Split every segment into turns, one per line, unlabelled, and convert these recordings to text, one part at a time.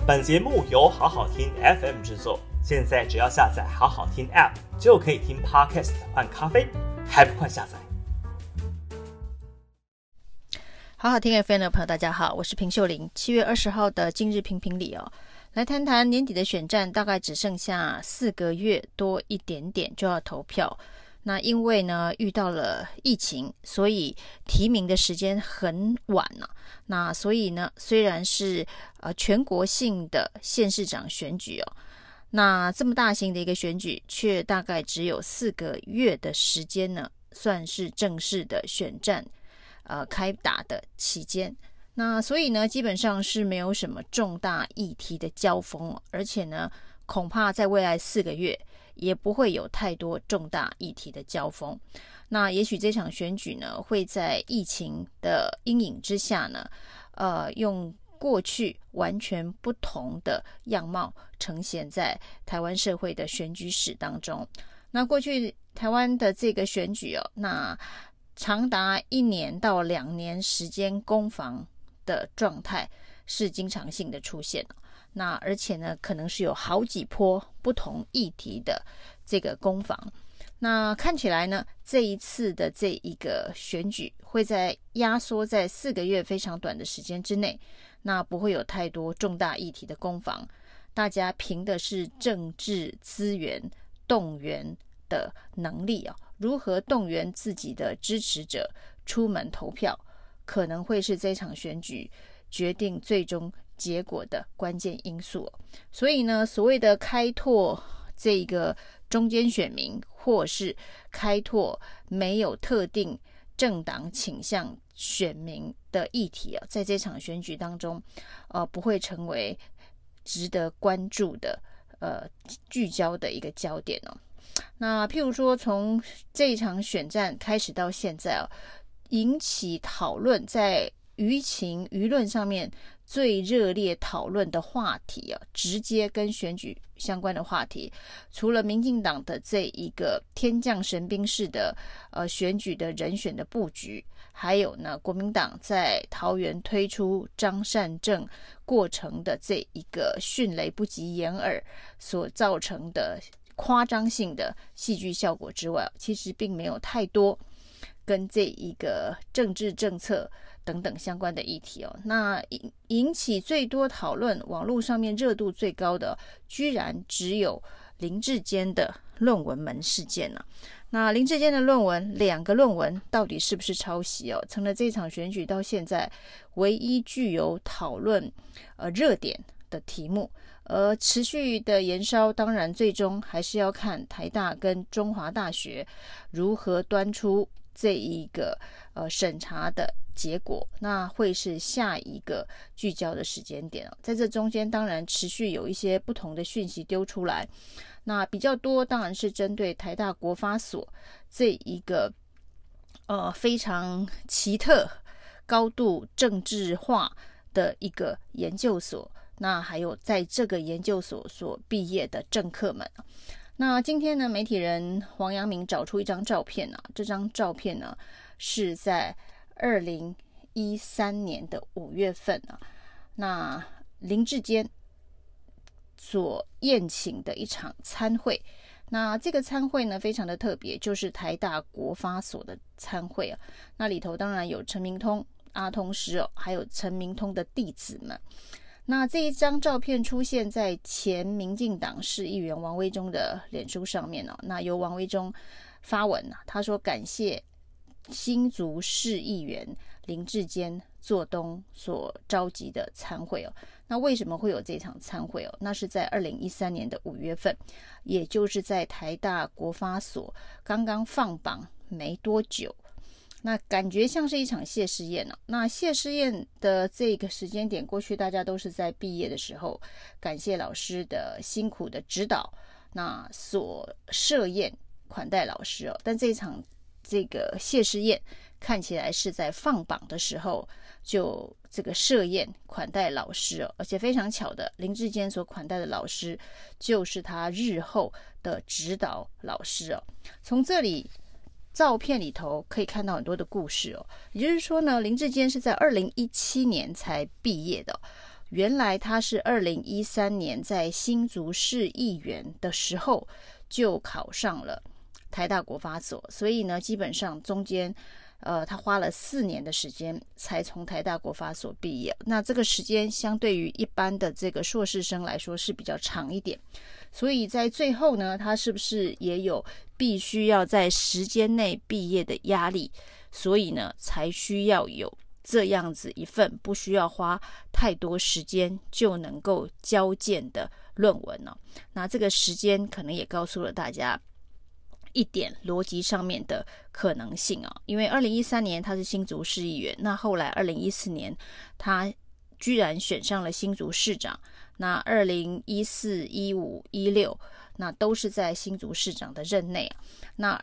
本节目由好好听 FM 制作，现在只要下载好好听 App 就可以听 Podcast 换咖啡，还不快下载？
好好听 FM 的朋友大家好，我是平秀玲。7月20号的今日评评理来谈谈年底的选战，大概只剩下4个月多一点点就要投票。那因为呢遇到了疫情，所以提名的时间很晚那所以呢虽然是全国性的县市长选举那这么大型的一个选举，却大概只有4个月的时间呢，算是正式的选战开打的期间。那所以呢基本上是没有什么重大议题的交锋，而且呢恐怕在未来4个月也不会有太多重大议题的交锋。那也许这场选举呢会在疫情的阴影之下呢用过去完全不同的样貌呈现在台湾社会的选举史当中。那过去台湾的这个选举那长达1年到2年时间攻防的状态是经常性的出现那而且呢可能是有好几波不同议题的这个攻防。那看起来呢这一次的这一个选举会在压缩在4个月非常短的时间之内，那不会有太多重大议题的攻防，大家凭的是政治资源动员的能力如何动员自己的支持者出门投票，可能会是这场选举决定最终结果的关键因素所以呢所谓的开拓这个中间选民，或是开拓没有特定政党倾向选民的议题在这场选举当中不会成为值得关注的聚焦的一个焦点那譬如说从这一场选战开始到现在引起讨论，在舆情舆论上面最热烈讨论的话题直接跟选举相关的话题，除了民进党的这一个天降神兵式的选举的人选的布局，还有呢国民党在桃园推出张善政过程的这一个迅雷不及掩耳所造成的夸张性的戏剧效果之外，其实并没有太多跟这一个政治政策等等相关的议题那引起最多讨论，网络上面热度最高的居然只有林智坚的论文门事件那林智坚的论文2个论文到底是不是抄袭成了这场选举到现在唯一具有讨论热点的题目。持续的延烧，当然最终还是要看台大跟中华大学如何端出这一个审查的结果，那会是下一个聚焦的时间点在这中间当然持续有一些不同的讯息丢出来，那比较多当然是针对台大国发所这一个非常奇特高度政治化的一个研究所，那还有在这个研究所所毕业的政客们那今天呢媒体人黄阳明找出一张照片这张照片呢是在2013年的5月份那林智坚所宴请的一场参会，那这个参会呢非常的特别，就是台大国发所的参会那里头当然有陈明通阿通师还有陈明通的弟子们。那这一张照片出现在前民进党市议员王威中的脸书上面那由王威中发文他说感谢新竹市议员林智坚做东所召集的参会那为什么会有这场参会那是在2013年的5月份，也就是在台大国发所刚刚放榜没多久，那感觉像是一场谢师宴那谢师宴的这个时间点，过去大家都是在毕业的时候感谢老师的辛苦的指导，那所设宴款待老师但这一场这个谢师宴看起来是在放榜的时候就这个设宴款待老师而且非常巧的，林智坚所款待的老师就是他日后的指导老师从这里照片里头可以看到很多的故事也就是说呢林智坚是在2017年才毕业的原来他是2013年在新竹市议员的时候就考上了台大国发所，所以呢，基本上中间他花了4年的时间才从台大国发所毕业。那这个时间相对于一般的这个硕士生来说是比较长一点，所以在最后呢，他是不是也有必须要在时间内毕业的压力？所以呢，才需要有这样子一份不需要花太多时间就能够交件的论文哦。那这个时间可能也告诉了大家一点逻辑上面的可能性哦。因为2013年他是新竹市议员，那后来2014年他居然选上了新竹市长，那2014、15、16那都是在新竹市长的任内啊。那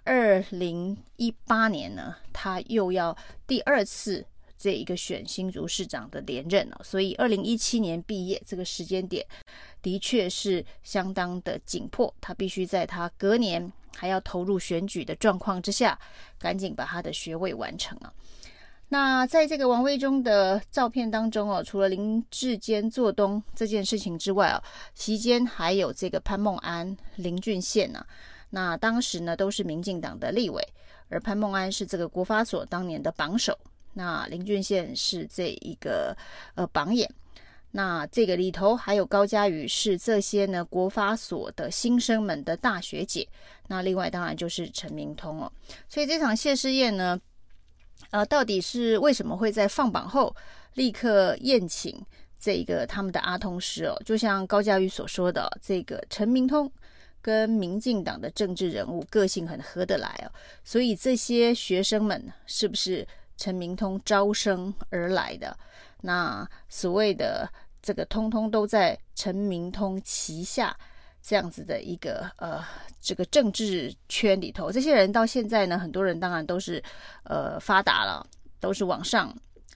2018年呢，他又要第2次这一个选新竹市长的连任哦，所以2017年毕业这个时间点的确是相当的紧迫，他必须在他隔年还要投入选举的状况之下，赶紧把他的学位完成啊。那在这个王威中的照片当中哦，除了林志坚做东这件事情之外哦，期间还有这个潘孟安、林俊宪啊，那当时呢都是民进党的立委，而潘孟安是这个国发所当年的榜首，那林俊宪是这一个榜眼。那这个里头还有高嘉瑜，是这些呢国发所的新生们的大学姐。那另外当然就是陈明通哦。所以这场谢师宴呢，到底是为什么会在放榜后立刻宴请这个他们的阿通师哦？就像高嘉瑜所说的，这个陈明通跟民进党的政治人物个性很合得来哦，所以这些学生们是不是陈明通招生而来的？那所谓的这个通通都在陈明通旗下这样子的一个这个政治圈里头，这些人到现在呢，很多人当然都是发达了，都是往上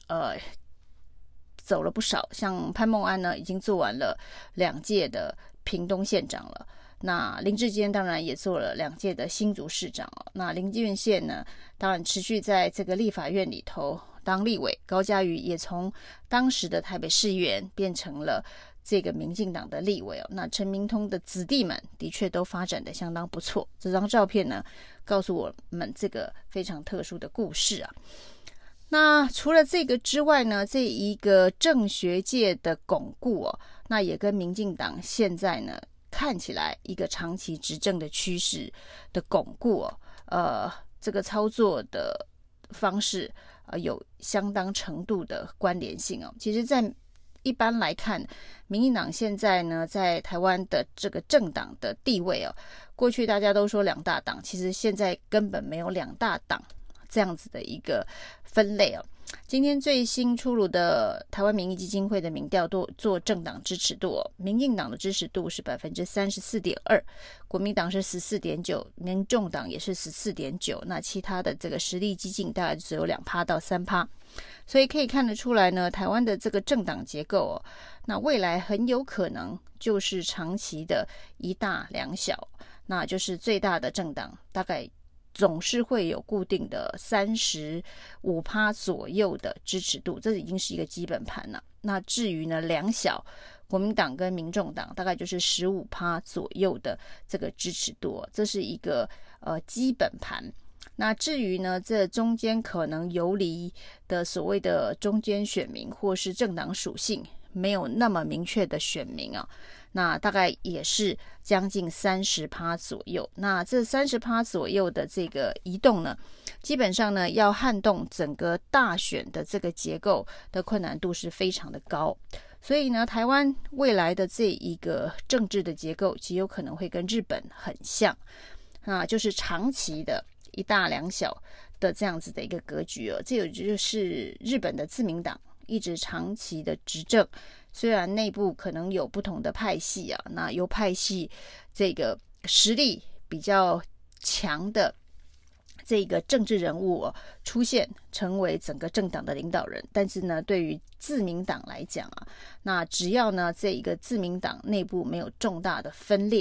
走了不少。像潘孟安呢，已经做完了2届的屏东县长了。那林志坚当然也做了2届的新竹市长哦。那林俊宪呢，当然持续在这个立法院里头当立委。高嘉瑜也从当时的台北市议员变成了这个民进党的立委哦。那陈明通的子弟们的确都发展的相当不错。这张照片呢，告诉我们这个非常特殊的故事啊。那除了这个之外呢，这一个政学界的巩固哦，那也跟民进党现在呢看起来一个长期执政的趋势的巩固哦，这个操作的方式有相当程度的关联性哦。其实在一般来看，民进党现在呢在台湾的这个政党的地位哦，过去大家都说2大党，其实现在根本没有2大党这样子的一个分类哦。今天最新出炉的台湾民意基金会的民调做政党支持度哦，民进党的支持度是 34.2%， 国民党是 14.9%， 民众党也是 14.9%， 那其他的这个实力激进大概只有 2% 到 3%， 所以可以看得出来呢，台湾的这个政党结构哦，那未来很有可能就是长期的一大两小，那就是最大的政党大概总是会有固定的 35% 左右的支持度，这已经是一个基本盘了。那至于呢两小，国民党跟民众党大概就是 15% 左右的这个支持度，这是一个基本盘。那至于呢这中间可能游离的所谓的中间选民或是政党属性没有那么明确的选民啊，那大概也是将近 30% 左右。那这 30% 左右的这个移动呢，基本上呢要撼动整个大选的这个结构的困难度是非常的高。所以呢，台湾未来的这一个政治的结构极有可能会跟日本很像，那就是长期的一大两小的这样子的一个格局哦。这也就是日本的自民党一直长期的执政，虽然内部可能有不同的派系啊，那由派系这个实力比较强的这个政治人物出现，成为整个政党的领导人。但是呢，对于自民党来讲啊，那只要呢这一个自民党内部没有重大的分裂，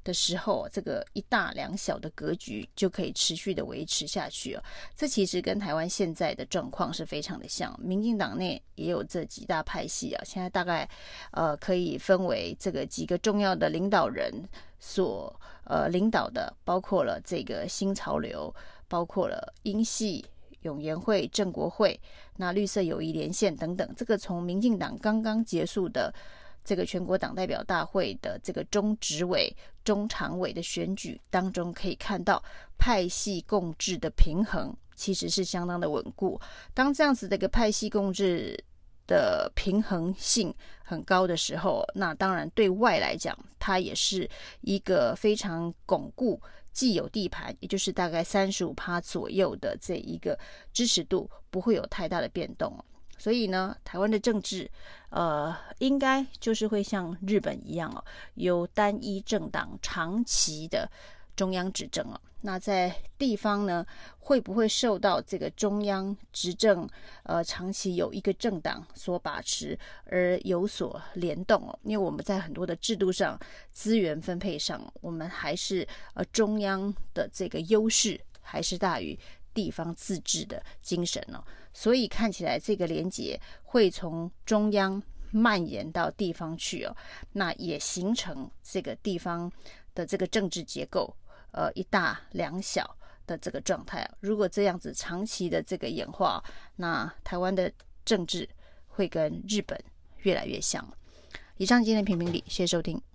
的时候，这个一大两小的格局就可以持续的维持下去哦。这其实跟台湾现在的状况是非常的像，民进党内也有这几大派系啊，现在大概可以分为这个几个重要的领导人所领导的，包括了这个新潮流，包括了英系、永延会、正国会，那绿色友谊连线等等。这个从民进党刚刚结束的这个全国党代表大会的这个中执委、中常委的选举当中，可以看到派系共治的平衡其实是相当的稳固。当这样子的一个派系共治的平衡性很高的时候，那当然对外来讲，它也是一个非常巩固既有地盘，也就是大概35%左右的这一个支持度，不会有太大的变动。所以呢，台湾的政治应该就是会像日本一样哦，由单一政党长期的中央执政哦。那在地方呢，会不会受到这个中央执政长期有一个政党所把持而有所联动哦？因为我们在很多的制度上、资源分配上，我们还是中央的这个优势还是大于地方自治的精神哦。所以看起来这个连结会从中央蔓延到地方去哦，那也形成这个地方的这个政治结构一大两小的这个状态。如果这样子长期的这个演化，那台湾的政治会跟日本越来越像。以上今天的评评理，谢谢收听。